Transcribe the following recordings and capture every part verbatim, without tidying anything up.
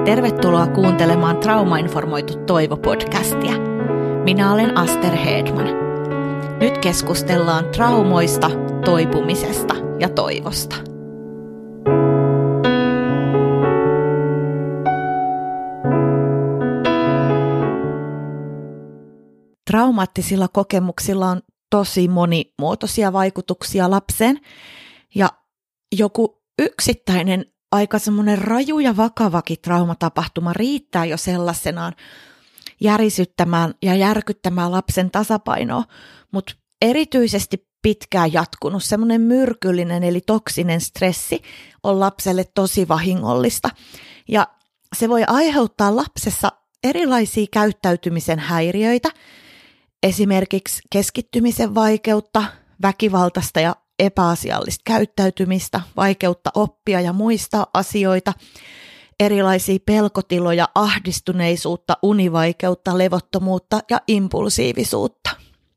Tervetuloa kuuntelemaan Traumainformoitu Toivo-podcastia. Minä olen Aster Hedman. Nyt keskustellaan traumoista, toipumisesta ja toivosta. Traumaattisilla kokemuksilla on tosi monimuotoisia vaikutuksia lapseen ja joku yksittäinen aika semmoinen raju ja vakavakin traumatapahtuma riittää jo sellaisenaan järisyttämään ja järkyttämään lapsen tasapainoa, mutta erityisesti pitkään jatkunut semmoinen myrkyllinen eli toksinen stressi on lapselle tosi vahingollista ja se voi aiheuttaa lapsessa erilaisia käyttäytymisen häiriöitä, esimerkiksi keskittymisen vaikeutta, väkivaltaista ja epäasiallista käyttäytymistä, vaikeutta oppia ja muistaa asioita, erilaisia pelkotiloja, ahdistuneisuutta, univaikeutta, levottomuutta ja impulsiivisuutta.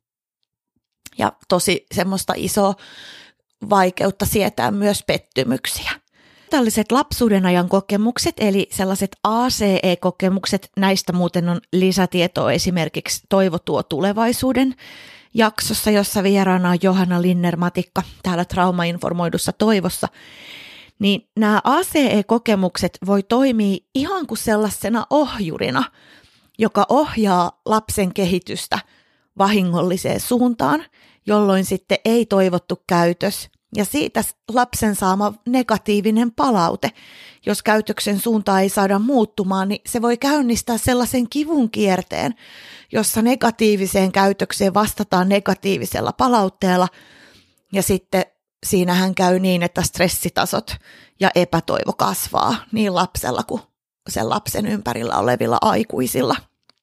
Ja tosi semmoista isoa vaikeutta sietää myös pettymyksiä. Tällaiset lapsuuden ajan kokemukset, eli sellaiset A C E-kokemukset, näistä muuten on lisätietoa esimerkiksi Toivo tuo tulevaisuuden jaksossa, jossa vieraana on Johanna Linner-Matikka täällä Traumainformoidussa Toivossa, niin nämä A C E-kokemukset voi toimia ihan kuin sellaisena ohjurina, joka ohjaa lapsen kehitystä vahingolliseen suuntaan, jolloin sitten ei toivottu käytös ja siitä lapsen saama negatiivinen palaute, jos käytöksen suuntaa ei saada muuttumaan, niin se voi käynnistää sellaisen kivun kierteen, jossa negatiiviseen käytökseen vastataan negatiivisella palautteella ja sitten siinähän käy niin, että stressitasot ja epätoivo kasvaa niin lapsella kuin sen lapsen ympärillä olevilla aikuisilla.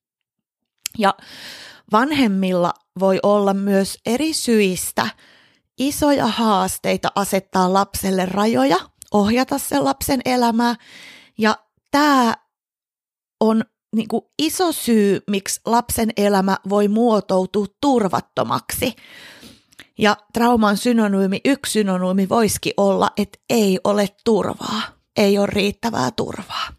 Ja vanhemmilla voi olla myös eri syistä isoja haasteita asettaa lapselle rajoja, ohjata sen lapsen elämää ja tämä on niin kuin iso syy, miksi lapsen elämä voi muotoutua turvattomaksi. Ja trauman synonyymi, yksi synonyymi voisikin olla, että ei ole turvaa, ei ole riittävää turvaa.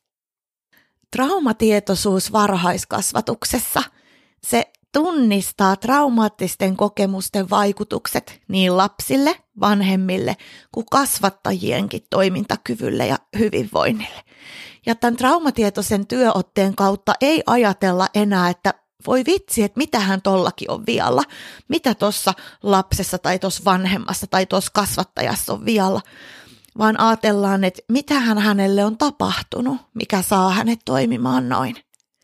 Traumatietoisuus varhaiskasvatuksessa, se tunnistaa traumaattisten kokemusten vaikutukset niin lapsille, vanhemmille kuin kasvattajienkin toimintakyvylle ja hyvinvoinnille. Ja tämän traumatietoisen työotteen kautta ei ajatella enää, että voi vitsi, että mitähän tollakin on vialla, mitä tuossa lapsessa tai tuossa vanhemmassa tai tuossa kasvattajassa on vialla, vaan ajatellaan, että mitähän hänelle on tapahtunut, mikä saa hänet toimimaan noin.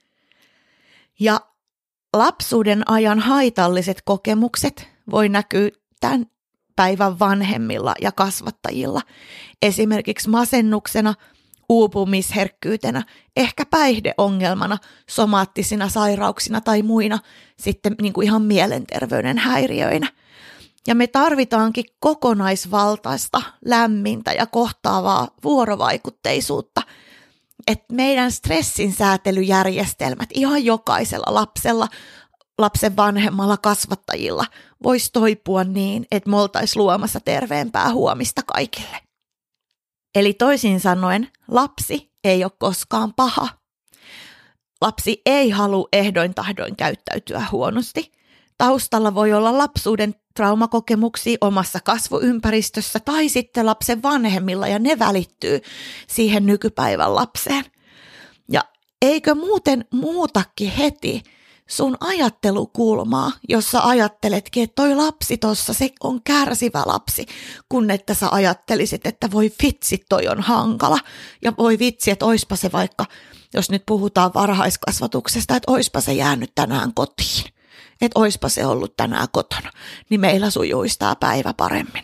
Ja lapsuuden ajan haitalliset kokemukset voi näkyä tämän päivän vanhemmilla ja kasvattajilla, esimerkiksi masennuksena, uupumisherkkyytenä, ehkä päihdeongelmana, somaattisina sairauksina tai muina sitten niin kuin ihan mielenterveyden häiriöinä. Ja me tarvitaankin kokonaisvaltaista, lämmintä ja kohtaavaa vuorovaikutteisuutta, että meidän stressinsäätelyjärjestelmät ihan jokaisella lapsella, lapsen vanhemmalla, kasvattajilla voisi toipua niin, että me oltaisiin luomassa terveempää huomista kaikille. Eli toisin sanoen, lapsi ei ole koskaan paha. Lapsi ei halua ehdoin tahdoin käyttäytyä huonosti. Taustalla voi olla lapsuuden traumakokemuksia omassa kasvuympäristössä tai sitten lapsen vanhemmilla ja ne välittyy siihen nykypäivän lapseen. Ja eikö muuten muutakin heti sun ajattelukulmaa, jossa ajatteletkin, että toi lapsi tossa, se on kärsivä lapsi, kun että sä ajattelisit, että voi vitsi, toi on hankala. Ja voi vitsi, että oispa se vaikka, jos nyt puhutaan varhaiskasvatuksesta, että oispa se jäänyt tänään kotiin. Että oispa se ollut tänään kotona, niin meillä sujuisi tämä päivä paremmin.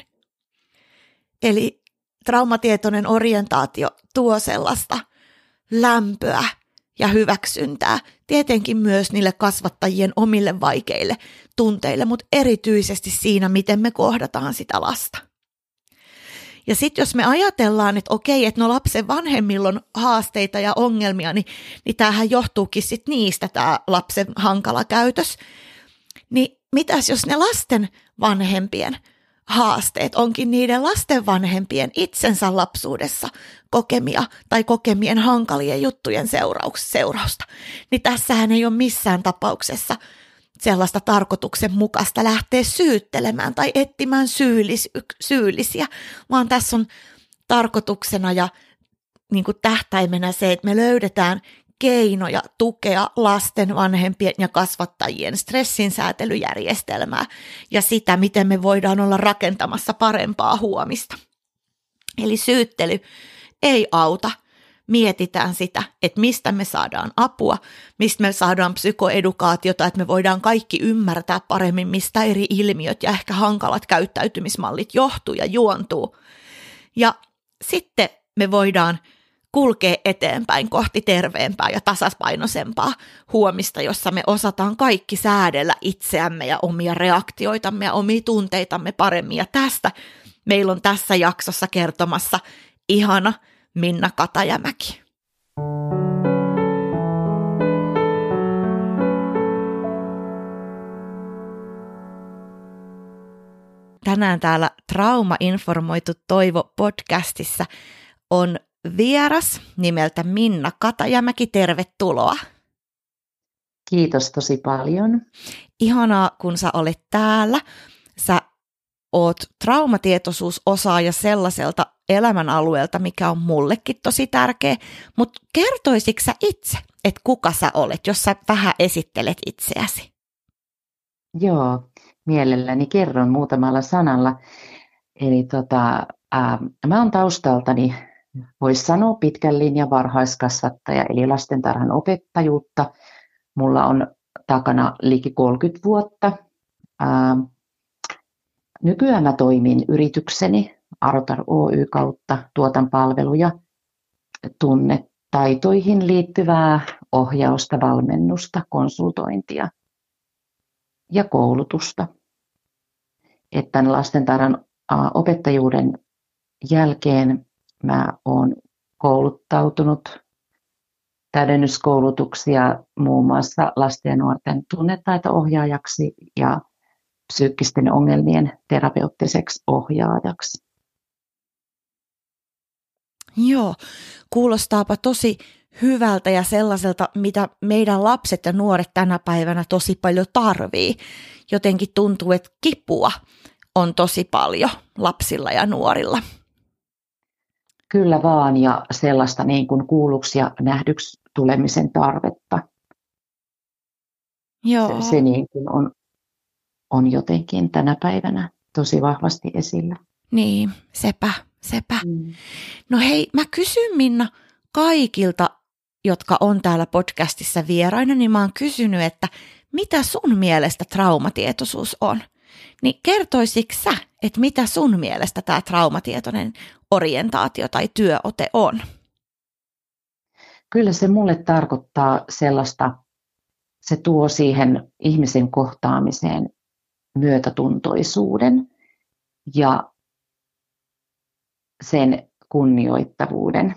Eli traumatietoinen orientaatio tuo sellaista lämpöä ja hyväksyntää, tietenkin myös niille kasvattajien omille vaikeille tunteille, mutta erityisesti siinä, miten me kohdataan sitä lasta. Ja sitten jos me ajatellaan, että okei, että no lapsen vanhemmilla on haasteita ja ongelmia, niin, niin tämähän johtuukin sitten niistä tämä lapsen hankala käytös. Niin mitäs jos ne lasten vanhempien haasteet onkin niiden lasten vanhempien itsensä lapsuudessa kokemia tai kokemien hankalien juttujen seurauks, seurausta, niin tässähän ei ole missään tapauksessa sellaista tarkoituksenmukaista lähteä syyttelemään tai etsimään syyllis, syyllisiä, vaan tässä on tarkoituksena ja niin kuin tähtäimenä se, että me löydetään keinoja tukea lasten, vanhempien ja kasvattajien stressinsäätelyjärjestelmää ja sitä, miten me voidaan olla rakentamassa parempaa huomista. Eli syyttely ei auta. Mietitään sitä, että mistä me saadaan apua, mistä me saadaan psykoedukaatiota, että me voidaan kaikki ymmärtää paremmin, mistä eri ilmiöt ja ehkä hankalat käyttäytymismallit johtuu ja juontuu. Ja sitten me voidaan kulkea eteenpäin kohti terveempää ja tasapainoisempaa huomista, jossa me osataan kaikki säädellä itseämme ja omia reaktioitamme ja omia tunteitamme paremmin. Ja tästä meillä on tässä jaksossa kertomassa ihana Minna Katajamäki. Tänään täällä Trauma-informoitu Toivo podcastissa on vieras nimeltä Minna Katajamäki. Tervetuloa. Kiitos tosi paljon. Ihanaa, kun sä olet täällä. Sä oot traumatietoisuusosaaja sellaiselta elämänalueelta, mikä on mullekin tosi tärkeä, mutta kertoisitko sä itse, että kuka sä olet, jos sä vähän esittelet itseäsi? Joo, mielelläni kerron muutamalla sanalla. Eli tota, ää, mä oon taustaltani, voisi sanoa, pitkän linjan varhaiskasvattaja, eli lastentarhan opettajuutta. Mulla on takana liki kolmekymmentä vuotta. Ää, nykyään mä toimin yritykseni Arotar Oy kautta, tuotan palveluja, tunnetaitoihin liittyvää ohjausta, valmennusta, konsultointia ja koulutusta. Että tämän lastentarhan opettajuuden jälkeen mä oon kouluttautunut täydennyskoulutuksia muun muassa lasten ja nuorten tunnetaito-ohjaajaksi ja psyykkisten ongelmien terapeuttiseksi ohjaajaksi. Joo, kuulostaapa tosi hyvältä ja sellaiselta, mitä meidän lapset ja nuoret tänä päivänä tosi paljon tarvii. Jotenkin tuntuu, että kipua on tosi paljon lapsilla ja nuorilla. Kyllä vaan, ja sellaista niin kuin kuulluksi ja nähdyksi tulemisen tarvetta. Joo. Se, se niin kuin on, on jotenkin tänä päivänä tosi vahvasti esillä. Niin, sepä, sepä. Mm. No hei, mä kysyn Minna kaikilta, jotka on täällä podcastissa vieraina, niin mä oon kysynyt, että mitä sun mielestä traumatietoisuus on? Niin kertoisitko sä, että mitä sun mielestä tämä traumatietoinen orientaatio tai työote on? Kyllä se mulle tarkoittaa sellaista, se tuo siihen ihmisen kohtaamiseen myötätuntoisuuden ja sen kunnioittavuuden.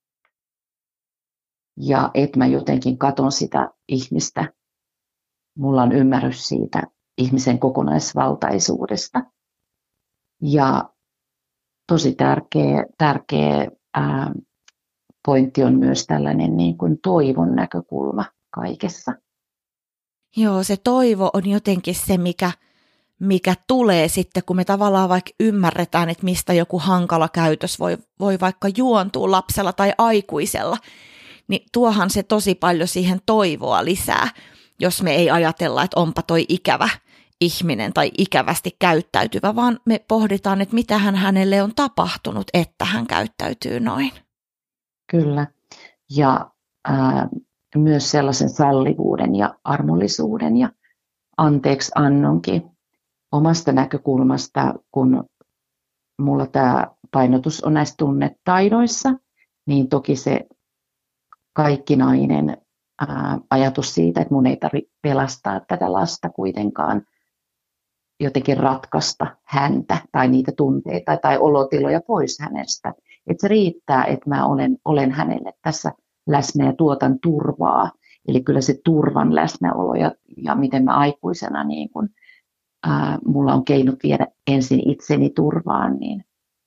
Ja että mä jotenkin katon sitä ihmistä, mulla on ymmärrys siitä ihmisen kokonaisvaltaisuudesta. Ja tosi tärkeä, tärkeä ää, pointti on myös tällainen niin kuin toivon näkökulma kaikessa. Joo, se toivo on jotenkin se, mikä, mikä tulee sitten, kun me tavallaan vaikka ymmärretään, että mistä joku hankala käytös voi, voi vaikka juontua lapsella tai aikuisella, niin tuohan se tosi paljon siihen toivoa lisää, jos me ei ajatella, että onpa toi ikävä ihminen tai ikävästi käyttäytyvä, vaan me pohditaan, että mitä hän hänelle on tapahtunut, että hän käyttäytyy noin. Kyllä, ja ää, myös sellaisen sallivuuden ja armollisuuden ja anteeksi annonkin omasta näkökulmasta, kun mulla tämä painotus on näissä tunnetaidoissa, niin toki se kaikkinainen ää, ajatus siitä, että mun ei tarvitse pelastaa tätä lasta kuitenkaan, jotenkin ratkaista häntä tai niitä tunteita tai olotiloja pois hänestä. Että se riittää, että mä olen, olen hänelle tässä läsnä ja tuotan turvaa. Eli kyllä se turvan läsnäolo ja, ja miten mä aikuisena niin kun ää, mulla on keinot viedä ensin itseni turvaan, niin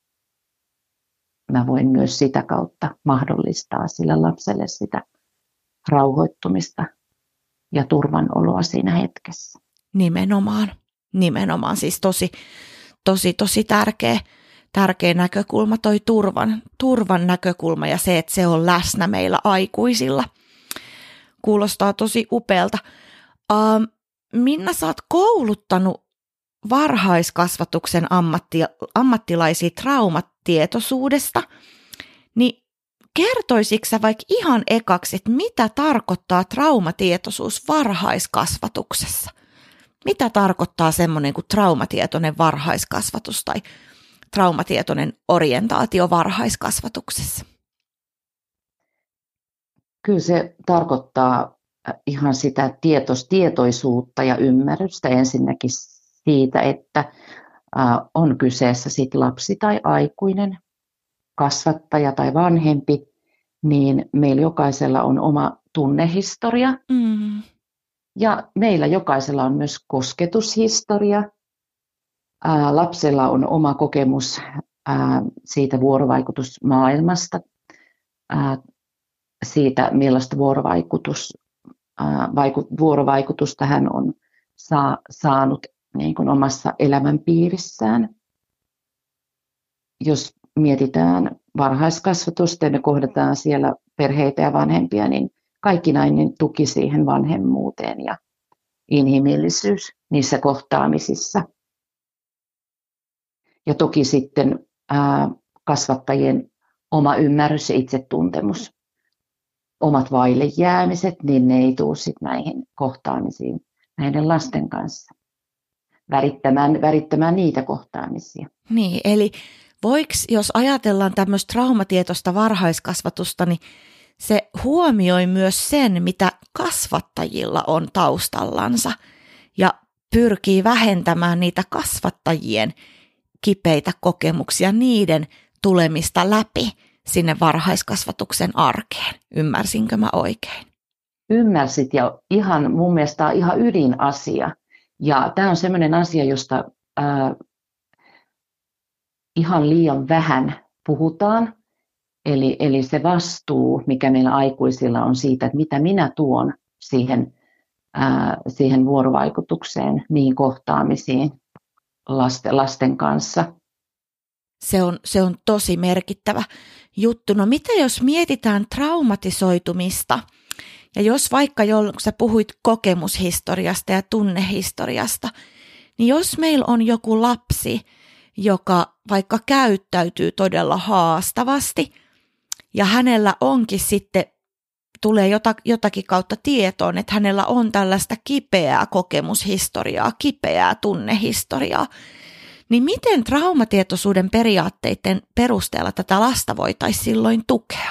mä voin myös sitä kautta mahdollistaa sille lapselle sitä rauhoittumista ja turvanoloa siinä hetkessä. Nimenomaan, nimenomaan siis tosi, tosi, tosi tärkeä, tärkeä näkökulma toi turvan, turvan näkökulma ja se, että se on läsnä meillä aikuisilla. Kuulostaa tosi upealta. Uh, Minna, sä oot kouluttanut varhaiskasvatuksen ammatti, ammattilaisia traumatietoisuudesta, niin kertoisitko sä vaikka ihan ekaksi, että mitä tarkoittaa traumatietoisuus varhaiskasvatuksessa? Mitä tarkoittaa semmoinen kuin traumatietoinen varhaiskasvatus tai traumatietoinen orientaatio varhaiskasvatuksessa? Kyllä se tarkoittaa ihan sitä tietos, tietoisuutta ja ymmärrystä ensinnäkin siitä, että on kyseessä sit lapsi tai aikuinen, kasvattaja tai vanhempi, niin meillä jokaisella on oma tunnehistoria. Mm. Ja meillä jokaisella on myös kosketushistoria. Ää, lapsella on oma kokemus ää, siitä vuorovaikutusmaailmasta, ää, siitä millaista vuorovaikutus, ää, vaiku, vuorovaikutusta hän on saa, saanut niin kuin omassa elämänpiirissään. Jos mietitään varhaiskasvatusta ja me kohdataan siellä perheitä ja vanhempia, niin kaikkinainen tuki siihen vanhemmuuteen ja inhimillisyys niissä kohtaamisissa. Ja toki sitten ää, kasvattajien oma ymmärrys ja itsetuntemus, omat vaille jäämiset, niin ne ei tule sitten näihin kohtaamisiin näiden lasten kanssa. Värittämään, värittämään niitä kohtaamisia. Niin, eli voiko, jos ajatellaan tämmöistä traumatietoista varhaiskasvatusta, niin se huomioi myös sen, mitä kasvattajilla on taustallansa ja pyrkii vähentämään niitä kasvattajien kipeitä kokemuksia, niiden tulemista läpi sinne varhaiskasvatuksen arkeen. Ymmärsinkö mä oikein? Ymmärsit ja ihan, mun mielestä on ihan ydinasia. Ja tämä on sellainen asia, josta ää, ihan liian vähän puhutaan. Eli, eli se vastuu, mikä meillä aikuisilla on siitä, että mitä minä tuon siihen, ää, siihen vuorovaikutukseen, niihin kohtaamisiin lasten, lasten kanssa. Se on, se on tosi merkittävä juttu. No mitä jos mietitään traumatisoitumista? Ja jos vaikka, kun sä puhuit kokemushistoriasta ja tunnehistoriasta, niin jos meillä on joku lapsi, joka vaikka käyttäytyy todella haastavasti, ja hänellä onkin sitten, tulee jotakin kautta tietoon, että hänellä on tällaista kipeää kokemushistoriaa, kipeää tunnehistoriaa, niin miten traumatietoisuuden periaatteiden perusteella tätä lasta voitaisiin silloin tukea?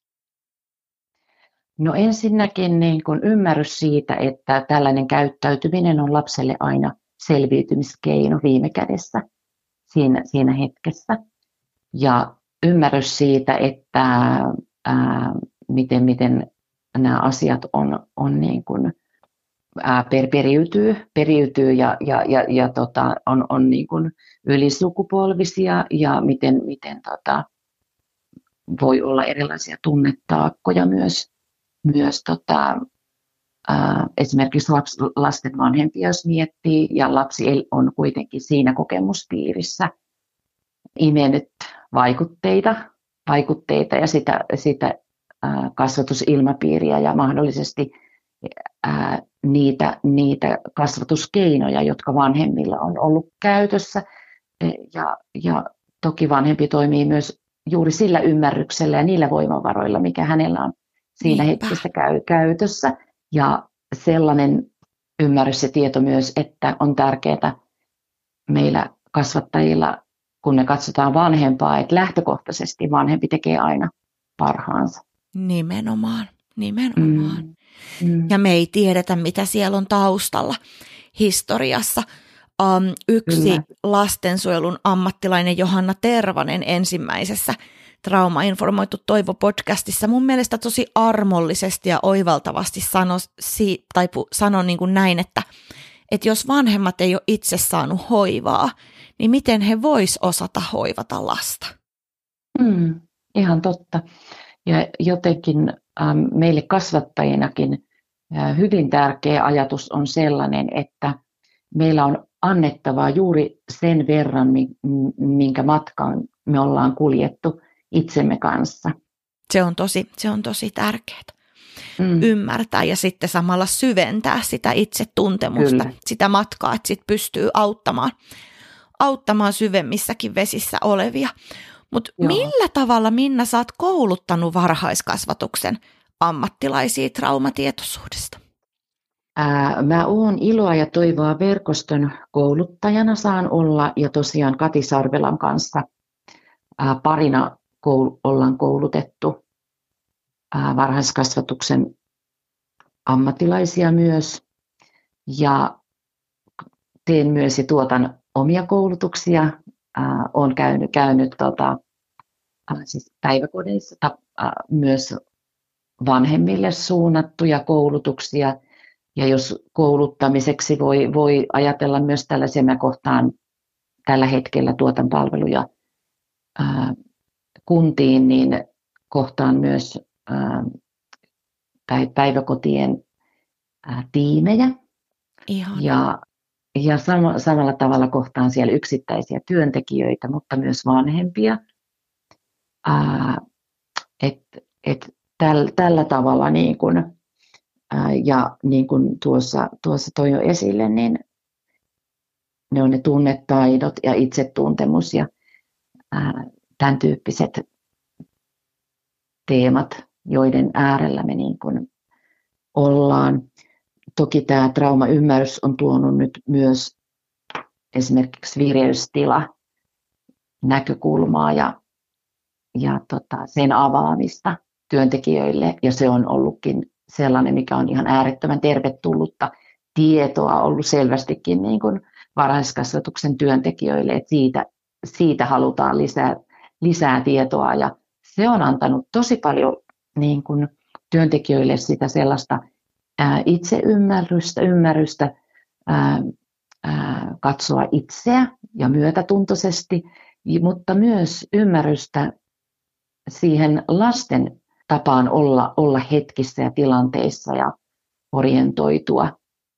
No ensinnäkin niin kun ymmärrys siitä, että tällainen käyttäytyminen on lapselle aina selviytymiskeino viime kädessä siinä, siinä hetkessä. Ja ymmärrys siitä, että ää, miten, miten nämä asiat on, on niin kuin, ää, per, periytyy, periytyy ja, ja, ja, ja tota, on, on niin kuin ylisukupolvisia ja miten, miten tota, voi olla erilaisia tunnetaakkoja myös, myös tota, ää, esimerkiksi laps, lasten vanhempia, jos miettii, ja lapsi on kuitenkin siinä kokemuspiirissä imennyt vaikutteita, vaikutteita ja sitä, sitä ää, kasvatusilmapiiriä ja mahdollisesti ää, niitä, niitä kasvatuskeinoja, jotka vanhemmilla on ollut käytössä. Ja, ja toki vanhempi toimii myös juuri sillä ymmärryksellä ja niillä voimavaroilla, mikä hänellä on siinä Niinpä. hetkessä käy, käytössä. Ja sellainen ymmärrys ja tieto myös, että on tärkeää meillä kasvattajilla, kun me katsotaan vanhempaa, että lähtökohtaisesti vanhempi tekee aina parhaansa. Nimenomaan, nimenomaan. Mm. Mm. Ja me ei tiedetä, mitä siellä on taustalla historiassa. Um, yksi Kyllä. lastensuojelun ammattilainen Johanna Tervanen ensimmäisessä Trauma-informoitu Toivo-podcastissa mun mielestä tosi armollisesti ja oivaltavasti sanoi, tai sanoi niin kuin näin, että, että jos vanhemmat ei ole itse saanut hoivaa, niin miten he vois osata hoivata lasta? Mm, ihan totta. Ja jotenkin ähm, meille kasvattajinakin äh, hyvin tärkeä ajatus on sellainen, että meillä on annettavaa juuri sen verran, minkä matkan me ollaan kuljettu itsemme kanssa. Se on tosi, se on tosi tärkeää Mm. ymmärtää ja sitten samalla syventää sitä itsetuntemusta, Kyllä. sitä matkaa, että sit pystyy auttamaan, auttamaan syvemmissäkin vesissä olevia. Mutta millä tavalla, Minna, sä oot kouluttanut varhaiskasvatuksen ammattilaisia traumatietoisuudesta? Ää, mä oon Iloa ja toivoa verkoston kouluttajana saan olla ja tosiaan Kati Sarvelan kanssa ää, parina koul- ollaan koulutettu ää, varhaiskasvatuksen ammattilaisia myös ja teen myös ja tuotan omia koulutuksia. Ää, olen käynyt, käynyt tota, ää, siis päiväkodeissa ta, ää, myös vanhemmille suunnattuja koulutuksia. Ja jos kouluttamiseksi voi, voi ajatella myös tällaisia, mä kohtaan tällä hetkellä tuotan palveluja ää, kuntiin, niin kohtaan myös ää, päiväkotien ää, tiimejä. Ihana. Ja, ja sama, samalla tavalla kohtaan siellä yksittäisiä työntekijöitä, mutta myös vanhempia. Ää, et, et täl, tällä tavalla niin kun, ja niin kuin tuossa, tuossa toi jo esille, niin ne on ne tunnetaidot ja itsetuntemus ja ää, tämän tyyppiset teemat, joiden äärellä me niin kuin ollaan. Toki tämä traumaymmärrys on tuonut nyt myös esimerkiksi vireystila näkökulmaa ja, ja tota, sen avaamista työntekijöille, ja se on ollutkin sellainen, mikä on ihan äärettömän tervetullutta tietoa ollut selvästikin niin kuin varhaiskasvatuksen työntekijöille, että siitä, siitä halutaan lisää, lisää tietoa ja se on antanut tosi paljon niin kuin työntekijöille sitä sellaista ää, itseymmärrystä, ymmärrystä ää, ää, katsoa itseä ja myötätuntoisesti, mutta myös ymmärrystä siihen lasten tapaan olla, olla hetkissä ja tilanteissa ja orientoitua.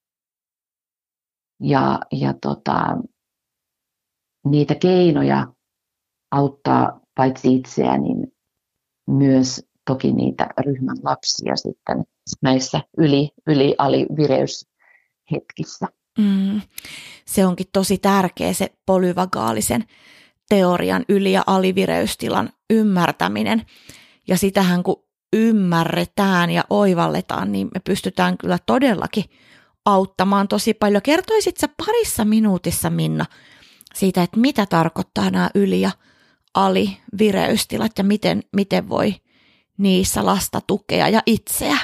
Ja, ja tota, niitä keinoja auttaa paitsi itseä, niin myös toki niitä ryhmän lapsia sitten näissä yli, yli alivireyshetkissä. Mm, se onkin tosi tärkeä se polyvagaalisen teorian yli- ja alivireystilan ymmärtäminen. Ja sitähän kun ymmärretään ja oivalletaan, niin me pystytään kyllä todellakin auttamaan tosi paljon. Kertoisit sä parissa minuutissa, Minna, siitä, että mitä tarkoittaa nämä yli- ja alivireystilat ja miten, miten voi niissä lasta tukea ja itseä?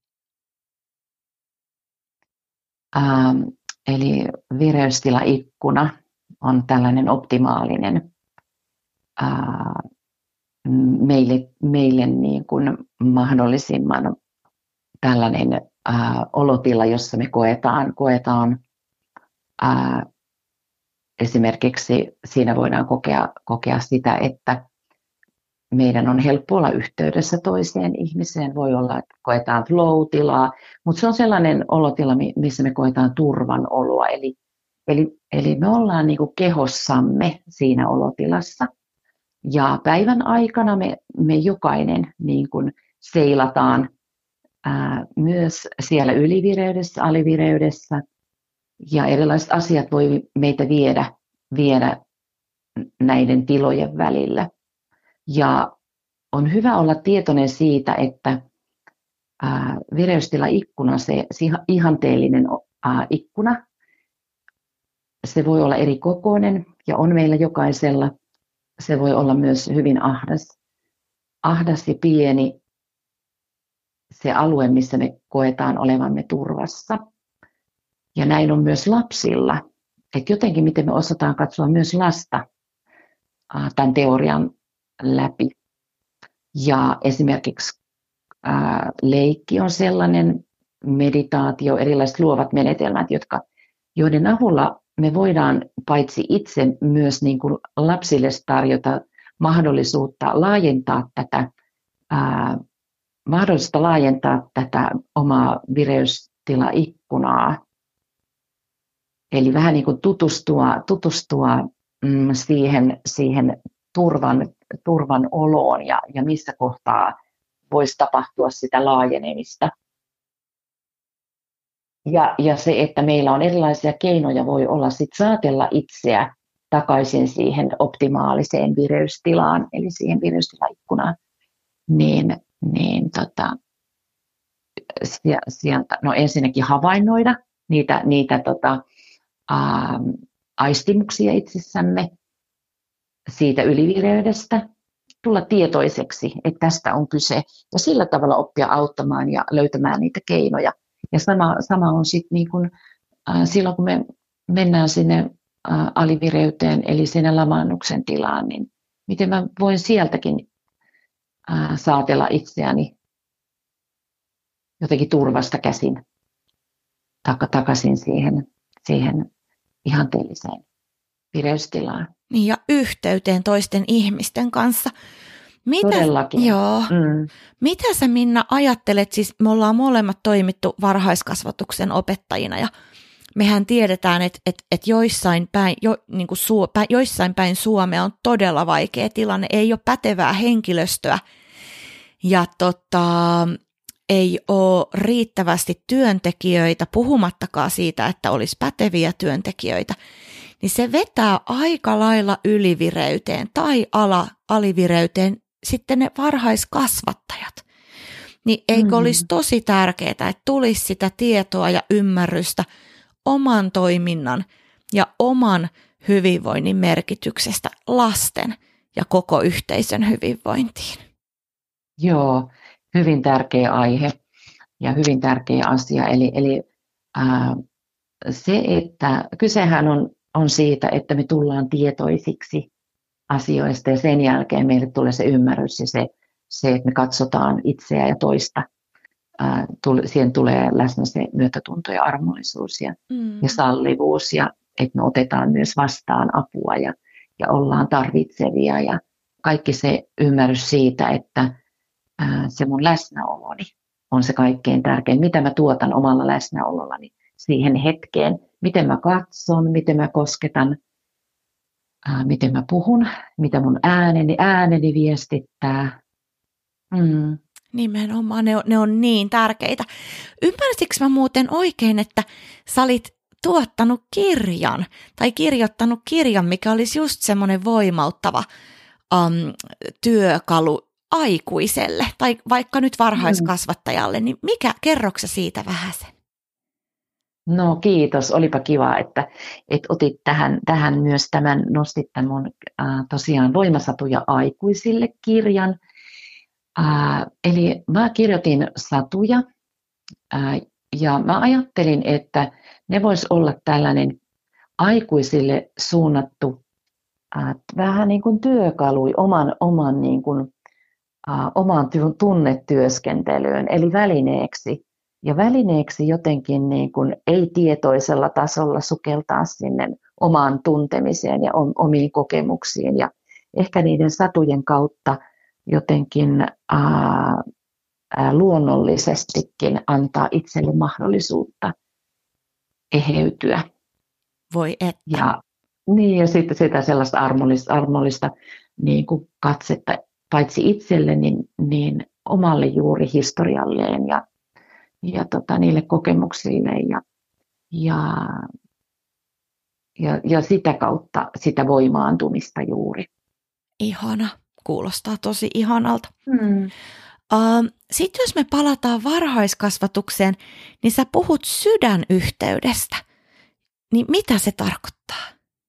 Ähm, eli vireystilaikkuna on tällainen optimaalinen äh, meille, meille niin kuin mahdollisimman tällainen äh, olotila, jossa me koetaan, koetaan äh, esimerkiksi siinä voidaan kokea, kokea sitä, että meidän on helppo olla yhteydessä toiseen ihmiseen. Voi olla, että koetaan flow-tilaa, mutta se on sellainen olotila, missä me koetaan turvan oloa. Eli, eli, eli me ollaan niin kuin kehossamme siinä olotilassa. Ja päivän aikana me, me jokainen niin kuin seilataan ää, myös siellä ylivireydessä, alivireydessä. Ja erilaiset asiat voi meitä viedä, viedä näiden tilojen välillä. Ja on hyvä olla tietoinen siitä, että ää, vireystila-ikkuna, se, se ihanteellinen ää, ikkuna, se voi olla eri kokoinen ja on meillä jokaisella. Se voi olla myös hyvin ahdas, ahdas ja pieni se alue, missä me koetaan olevamme turvassa. Ja näin on myös lapsilla. Että jotenkin miten me osataan katsoa myös lasta ää, tämän teorian läpi. Ja esimerkiksi ää, leikki on sellainen, meditaatio, erilaiset luovat menetelmät, jotka, joiden avulla me voidaan paitsi itse myös niin kuin lapsille tarjota mahdollisuutta laajentaa tätä, ää, mahdollista laajentaa tätä omaa vireystilaikkunaa. Eli vähän niin kuin tutustua, tutustua mm, siihen, siihen turvan, turvan oloon ja, ja missä kohtaa voisi tapahtua sitä laajenemista. Ja, ja se, että meillä on erilaisia keinoja, voi olla sit saatella itseä takaisin siihen optimaaliseen vireystilaan, eli siihen vireystilaikkunaan, niin, niin tota, sieltä, no ensinnäkin havainnoida niitä, niitä tota, ää, aistimuksia itsessämme siitä ylivireydestä, tulla tietoiseksi, että tästä on kyse, ja sillä tavalla oppia auttamaan ja löytämään niitä keinoja. Ja sama, sama on sitten niin kun, äh, silloin, kun me mennään sinne äh, alivireyteen, eli sinne lamaannuksen tilaan, niin miten mä voin sieltäkin äh, saatella itseäni jotenkin turvasta käsin tak- takaisin siihen, siihen ihanteelliseen vireystilaan. Niin, ja yhteyteen toisten ihmisten kanssa. Mitä, Todellakin. Joo. Mm. Mitä sä, Minna, ajattelet, siis me ollaan molemmat toimittu varhaiskasvatuksen opettajina ja mehän tiedetään, että, että, että joissain, päin, jo, niin kuin Su, pä, joissain päin Suomea on todella vaikea tilanne, ei ole pätevää henkilöstöä ja tota, ei ole riittävästi työntekijöitä, puhumattakaan siitä, että olisi päteviä työntekijöitä, niin se vetää aika lailla ylivireyteen tai ala, alivireyteen sitten ne varhaiskasvattajat. Niin eikö mm. olisi tosi tärkeää, että tulisi sitä tietoa ja ymmärrystä oman toiminnan ja oman hyvinvoinnin merkityksestä lasten ja koko yhteisön hyvinvointiin? Joo, hyvin tärkeä aihe ja hyvin tärkeä asia. Eli, eli ää, se, että kysehän on, on siitä, että me tullaan tietoisiksi asioista ja sen jälkeen meille tulee se ymmärrys ja se, se että me katsotaan itseä ja toista. Ää, tule, siihen tulee läsnä se myötätunto ja armollisuus ja, mm. ja sallivuus ja että me otetaan myös vastaan apua ja, ja ollaan tarvitsevia ja kaikki se ymmärrys siitä, että ää, se mun läsnäoloni on se kaikkein tärkein. Mitä mä tuotan omalla läsnäolollani siihen hetkeen, miten mä katson, miten mä kosketan, ää, miten mä puhun, mitä mun ääneni, ääneni viestittää. Mm. Nimenomaan, ne on, ne on niin tärkeitä. Ymmärsikö mä muuten oikein, että sä olit tuottanut kirjan tai kirjoittanut kirjan, mikä olisi just semmoinen voimauttava um, työkalu aikuiselle tai vaikka nyt varhaiskasvattajalle, niin mikä, kerroksä siitä vähäsen? No kiitos, olipa kiva, että, että otit tähän, tähän myös tämän, nostit tämän mun äh, tosiaan Voimasatuja aikuisille kirjan. Äh, eli mä kirjoitin satuja äh, ja mä ajattelin, että ne vois olla tällainen aikuisille suunnattu äh, vähän niin kuin työkalu oman, oman niin kuin, äh, omaan tunnetyöskentelyyn, eli välineeksi. Ja välineeksi jotenkin niin kuin ei-tietoisella tasolla sukeltaa sinne omaan tuntemiseen ja omiin kokemuksiin. Ja ehkä niiden satujen kautta jotenkin ää, ää, luonnollisestikin antaa itselle mahdollisuutta eheytyä. Voi että. Ja, niin, ja sitten sitä sellaista armollista, armollista niin kuin katsetta paitsi itselle, niin, niin omalle juuri historialleen ja ja tota, niille kokemuksille ja, ja, ja, ja sitä kautta sitä voimaantumista juuri. Ihana, kuulostaa tosi ihanalta. Hmm. Uh, Sitten jos me palataan varhaiskasvatukseen, niin sä puhut sydänyhteydestä. Niin mitä se tarkoittaa?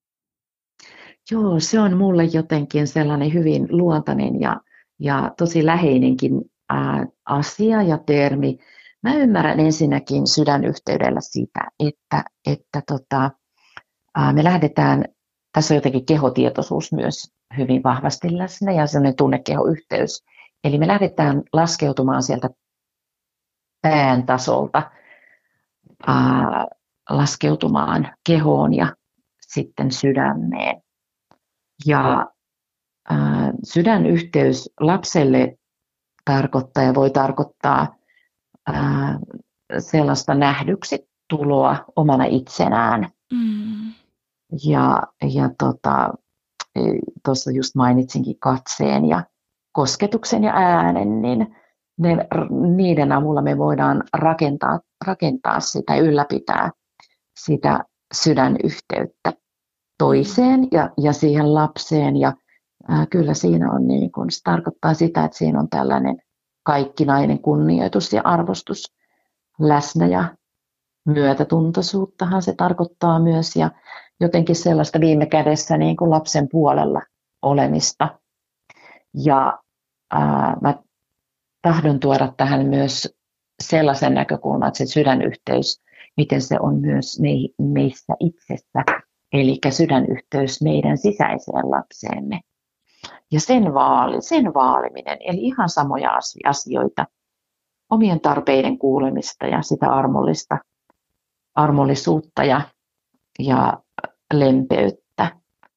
Joo, se on mulle jotenkin sellainen hyvin luontainen ja, ja tosi läheinenkin ää, asia ja termi. Mä ymmärrän ensinnäkin sydänyhteydellä sitä, että, että tota, ää, me lähdetään, tässä on jotenkin kehotietoisuus myös hyvin vahvasti läsnä ja sellainen tunnekehoyhteys. Eli me lähdetään laskeutumaan sieltä pään tasolta ää, laskeutumaan kehoon ja sitten sydämeen. Ja ää, sydänyhteys lapselle tarkoittaa ja voi tarkoittaa ää, sellaista nähdyksi tuloa omana itsenään. Mm. Ja, ja tota, tuossa just mainitsinkin katseen ja kosketuksen ja äänen, niin ne, niiden avulla me voidaan rakentaa, rakentaa sitä, ylläpitää sitä sydänyhteyttä toiseen ja, ja siihen lapseen. Ja ää, kyllä siinä on, niin kun, se tarkoittaa sitä, että siinä on tällainen kaikkinainen kunnioitus ja arvostus läsnä ja myötätuntoisuuttahan se tarkoittaa myös ja jotenkin sellaista viime kädessä niin kuin lapsen puolella olemista. Ja ää, mä tahdon tuoda tähän myös sellaisen näkökulman, että se sydänyhteys, miten se on myös me, meissä itsessä, eli sydänyhteys meidän sisäiseen lapseemme. Ja sen, vaali, sen vaaliminen, eli ihan samoja asioita, omien tarpeiden kuulemista ja sitä armollista, armollisuutta ja, ja lempeyttä.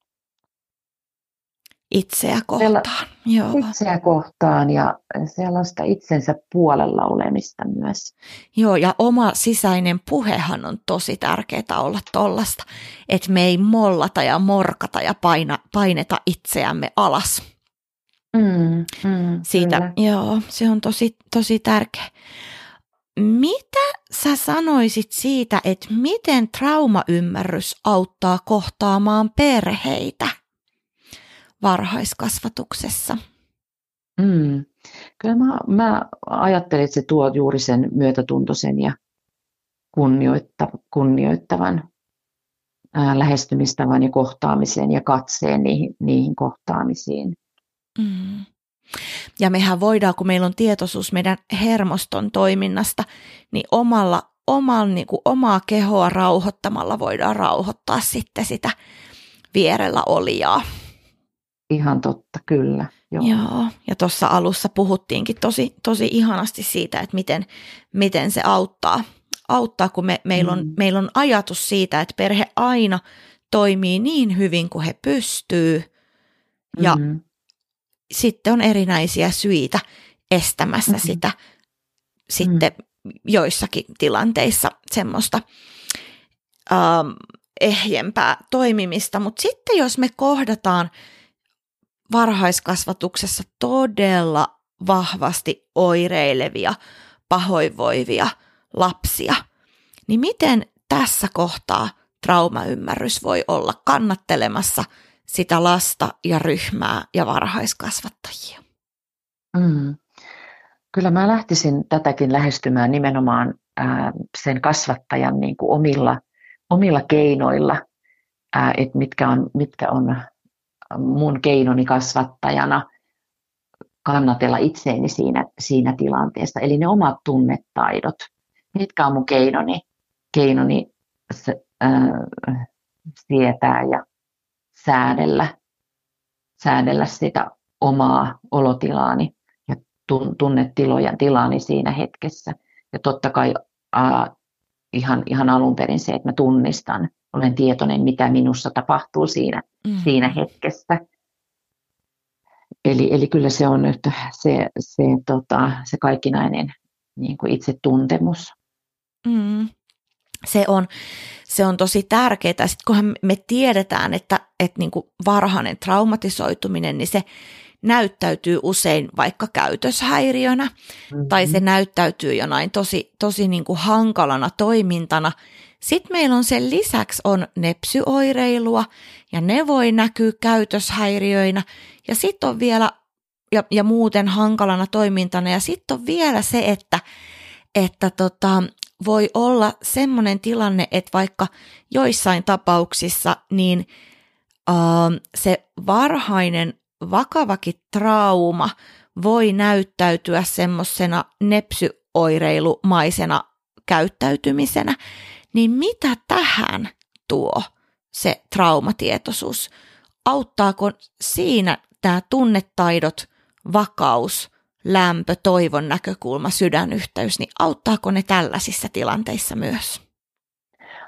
Itseä kohtaan. Joo. Itseä kohtaan ja sellaista itsensä puolella olemista myös. Joo, ja oma sisäinen puhehan on tosi tärkeää olla tollasta, että me ei mollata ja morkata ja paina, paineta itseämme alas. Mm, mm, Siitä, joo, se on tosi, tosi tärkeä. Mitä sä sanoisit siitä, että miten traumaymmärrys auttaa kohtaamaan perheitä varhaiskasvatuksessa? Mm. Kyllä mä, mä ajattelin, että se tuo juuri sen myötätuntoisen ja kunnioitta, kunnioittavan ää, lähestymistavan ja kohtaamisen ja katseen niihin, niihin kohtaamisiin. Mm. Ja mehän voidaan, kun meillä on tietoisuus meidän hermoston toiminnasta, niin omalla, oman, niin kuin omaa kehoa rauhoittamalla voidaan rauhoittaa sitten sitä vierellä olijaa. Ihan totta, kyllä. Joo. Joo, ja tuossa alussa puhuttiinkin tosi, tosi ihanasti siitä, että miten, miten se auttaa, auttaa kun me, meillä, on, mm. meillä on ajatus siitä, että perhe aina toimii niin hyvin kuin he pystyy, ja mm. sitten on erinäisiä syitä estämässä mm-hmm. sitä sitten mm. joissakin tilanteissa semmoista ähm, ehjempää toimimista, mutta sitten jos me kohdataan varhaiskasvatuksessa todella vahvasti oireilevia, pahoinvoivia lapsia, niin miten tässä kohtaa traumaymmärrys voi olla kannattelemassa sitä lasta ja ryhmää ja varhaiskasvattajia? Mm. Kyllä mä lähtisin tätäkin lähestymään nimenomaan ää, sen kasvattajan niin kuin omilla, omilla keinoilla, ää, että mitkä on, mitkä on mun keinoni kasvattajana kannatella itseäni siinä, siinä tilanteessa. Eli ne omat tunnetaidot, mitkä on mun keinoni, keinoni ää, sietää ja säädellä, säädellä sitä omaa olotilaani ja tunnetiloja tilaani siinä hetkessä. Ja totta kai ää, ihan, ihan alun perin se, että mä tunnistan, olen tietoinen, mitä minussa tapahtuu siinä, mm. siinä hetkessä. Eli, eli kyllä se on nyt se, se, tota, se kaikkinainen niin kuin itsetuntemus. Mm. Se on, se on tosi tärkeää. Sitten kunhan me tiedetään, että, että niin kuin varhainen traumatisoituminen, niin se näyttäytyy usein vaikka käytöshäiriönä, mm-hmm. tai se näyttäytyy jonain tosi, tosi niin kuin hankalana toimintana. Sitten meillä on sen lisäksi on nepsyoireilua, ja ne voi näkyä käytöshäiriöinä, ja sitten on vielä, ja, ja muuten hankalana toimintana, ja sitten on vielä se, että, että tota, voi olla semmoinen tilanne, että vaikka joissain tapauksissa, niin äh, se varhainen vakavakin trauma voi näyttäytyä semmoisena nepsyoireilumaisena käyttäytymisenä, niin mitä tähän tuo se traumatietoisuus? Auttaako siinä tämä tunnetaidot, vakaus, lämpö, toivon näkökulma, sydänyhteys, niin auttaako ne tällaisissa tilanteissa myös?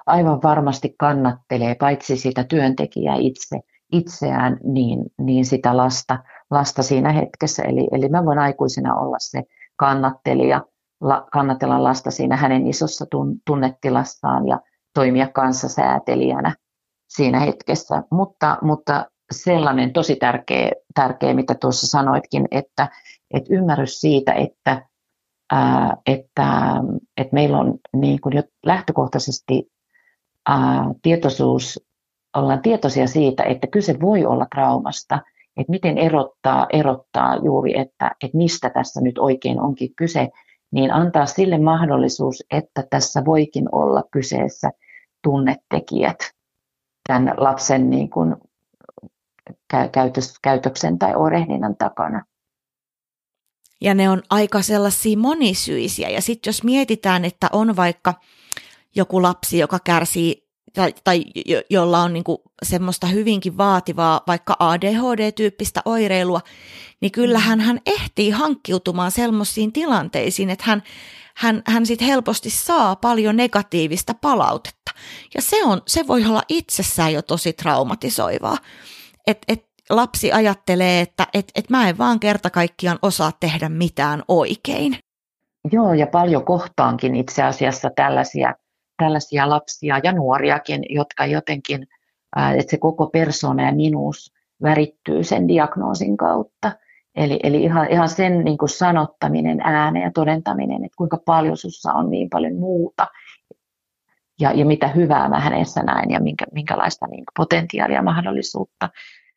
aivan varmasti kannattelee paitsi sitä työntekijää itse, itseään, niin, niin sitä lasta, lasta siinä hetkessä. Eli, eli mä voin aikuisena olla se kannattelija, la, kannatella lasta siinä hänen isossa tun, tunnetilassaan ja toimia kanssasäätelijänä siinä hetkessä. Mutta, mutta sellainen tosi tärkeä, tärkeä, mitä tuossa sanoitkin, että, että ymmärrys siitä, että, ää, että, että meillä on niin kuin jo lähtökohtaisesti ää, tietoisuus, ollaan tietoisia siitä, että kyse voi olla traumasta, että miten erottaa, erottaa juuri, että, että mistä tässä nyt oikein onkin kyse, niin antaa sille mahdollisuus, että tässä voikin olla kyseessä tunnetekijät tämän lapsen niin kuin käytös, käytöksen tai oirehdinnan takana. Ja ne on aika sellaisia monisyisiä. Ja sitten jos mietitään, että on vaikka joku lapsi, joka kärsii tai, tai jo, jolla on niinku semmoista hyvinkin vaativaa vaikka A D H D-tyyppistä oireilua, niin kyllähän hän ehtii hankkiutumaan semmoisiin tilanteisiin, että hän, hän, hän sit helposti saa paljon negatiivista palautetta. Ja se, on, se voi olla itsessään jo tosi traumatisoivaa. Että et lapsi ajattelee, että et, et mä en vaan kerta kaikkiaan osaa tehdä mitään oikein. Joo, ja paljon kohtaankin itse asiassa tällaisia, tällaisia lapsia ja nuoriakin, jotka jotenkin, että se koko persoona ja minuus värittyy sen diagnoosin kautta. Eli, eli ihan, ihan sen niin kuin sanottaminen ääneen ja todentaminen, että kuinka paljon sussa on niin paljon muuta ja, ja mitä hyvää mä hänessä näen ja minkä, minkälaista niin kuin potentiaalia ja mahdollisuutta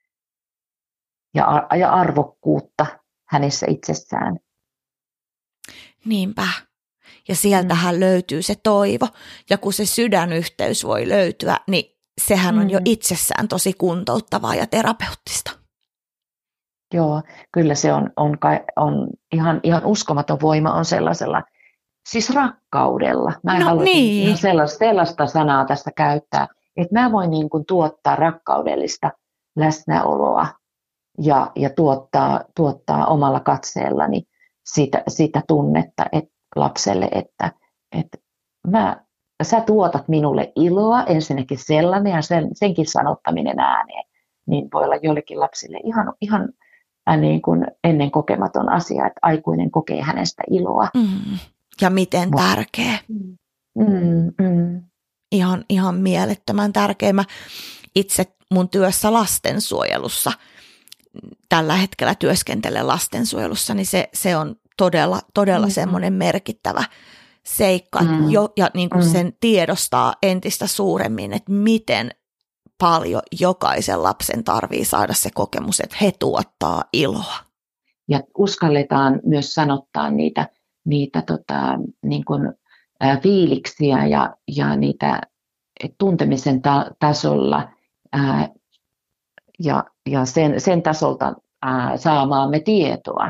ja, ja arvokkuutta hänessä itsessään. Niinpä. Ja sieltähän mm. löytyy se toivo. Ja kun se sydänyhteys voi löytyä, niin sehän mm. on jo itsessään tosi kuntouttavaa ja terapeuttista. Joo, kyllä se on, on, on ihan, ihan uskomaton voima on sellaisella, siis rakkaudella. Mä en no, halua niin. ihan sellaista, sellaista sanaa tässä käyttää, että mä voin niin kuin tuottaa rakkaudellista läsnäoloa ja, ja tuottaa, tuottaa omalla katseellani sitä, sitä tunnetta että lapselle, että, että mä, sä tuotat minulle iloa, ensinnäkin sellainen ja sen, senkin sanottaminen ääneen, niin voi olla joillekin lapsille ihan, ihan niin kuin ennen kokematon asia, että aikuinen kokee hänestä iloa. Mm. Ja miten tärkeä. Mm, mm. Ihan, ihan mielettömän tärkeä. Mä itse mun työssä lastensuojelussa, tällä hetkellä työskentelen lastensuojelussa, niin se, se on todella, todella mm. semmoinen merkittävä seikka. Mm. Jo, ja niin kuin mm. sen tiedostaa entistä suuremmin, että miten paljon jokaisen lapsen tarvii saada se kokemus, että he tuottaa iloa. Ja uskalletaan myös sanottaa niitä, niitä tota, niin kuin, ä, fiiliksiä ja, ja niitä tuntemisen ta- tasolla ä, ja, ja sen, sen tasolta ä, saamaamme tietoa,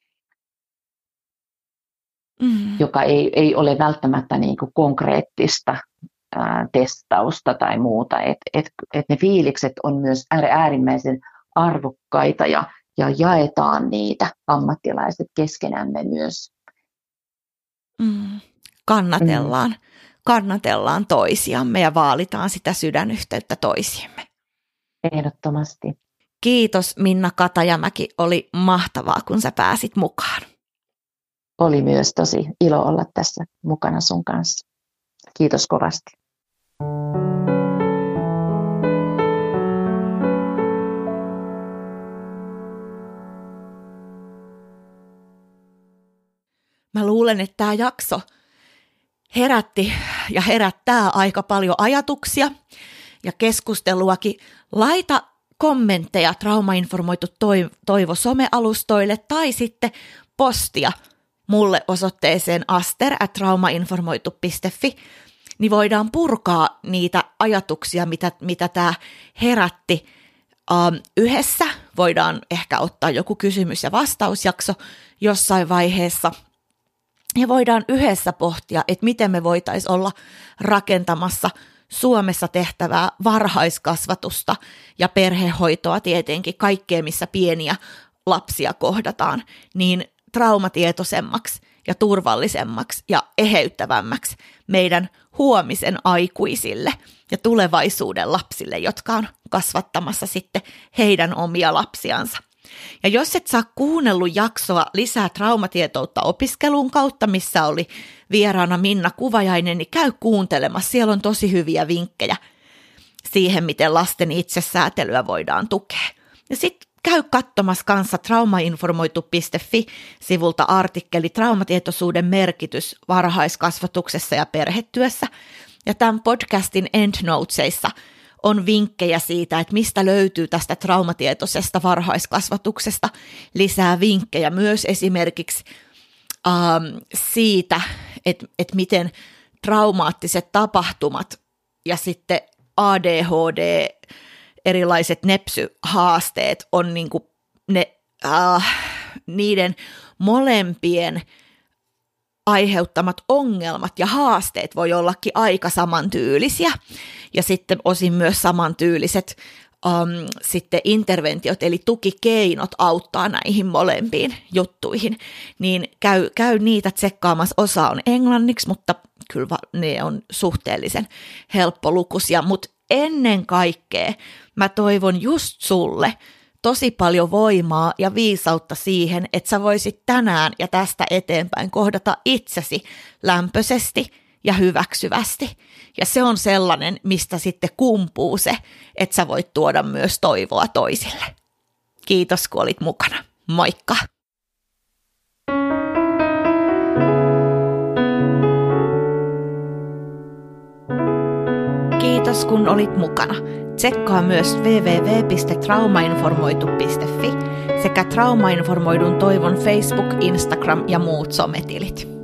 mm. joka ei, ei ole välttämättä niin kuin konkreettista ää, testausta tai muuta. Et, et, et ne fiilikset on myös äärimmäisen arvokkaita ja, ja jaetaan niitä ammattilaiset keskenämme myös. Mm. Kannatellaan. Mm. Kannatellaan toisiamme ja vaalitaan sitä sydänyhteyttä toisiimme. Ehdottomasti. Kiitos Minna Katajamäki, oli mahtavaa kun sä pääsit mukaan. Oli myös tosi ilo olla tässä mukana sun kanssa. Kiitos kovasti. Mä luulen, että tämä jakso herätti ja herättää aika paljon ajatuksia ja keskusteluakin. Laita kommentteja Traumainformoitu Toivo somealustoille tai sitten postia mulle osoitteeseen aster at traumainformoitu piste fi, niin voidaan purkaa niitä ajatuksia, mitä, mitä tämä herätti um, yhdessä. Voidaan ehkä ottaa joku kysymys- ja vastausjakso jossain vaiheessa. Ja voidaan yhdessä pohtia, että miten me voitaisiin olla rakentamassa Suomessa tehtävää varhaiskasvatusta ja perhehoitoa tietenkin, kaikkea missä pieniä lapsia kohdataan, niin traumatietoisemmaksi ja turvallisemmaksi ja eheyttävämmäksi meidän huomisen aikuisille ja tulevaisuuden lapsille, jotka on kasvattamassa sitten heidän omia lapsiansa. Ja jos et saa kuunnellut jaksoa lisää traumatietoutta opiskelun kautta, missä oli vieraana Minna Kuvajainen, niin käy kuuntelemassa. Siellä on tosi hyviä vinkkejä siihen, miten lasten itsesäätelyä voidaan tukea. Ja sitten käy katsomassa kanssa traumainformoitu piste fi-sivulta artikkeli Traumatietoisuuden merkitys varhaiskasvatuksessa ja perhetyössä. Ja tämän podcastin endnotesissa on vinkkejä siitä, että mistä löytyy tästä traumatietoisesta varhaiskasvatuksesta lisää vinkkejä myös esimerkiksi ähm, siitä, että, että miten traumaattiset tapahtumat ja sitten A D H D, erilaiset nepsy-haasteet on niinku ne, äh, niiden molempien aiheuttamat ongelmat ja haasteet voi ollakin aika samantyylisiä ja sitten osin myös samantyyliset um, sitten interventiot eli tukikeinot auttaa näihin molempiin juttuihin, niin käy, käy niitä tsekkaamassa. Osa on englanniksi, mutta kyllä ne on suhteellisen helppolukuisia, mutta ennen kaikkea mä toivon just sulle tosi paljon voimaa ja viisautta siihen, että sä voisit tänään ja tästä eteenpäin kohdata itsesi lämpöisesti ja hyväksyvästi. Ja se on sellainen, mistä sitten kumpuu se, että sä voit tuoda myös toivoa toisille. Kiitos, kun olit mukana. Moikka! Kiitos, kun olit mukana. Tsekkaa myös double-u double-u double-u piste traumainformoitu piste fi sekä Traumainformoidun toivon Facebook, Instagram ja muut sometilit.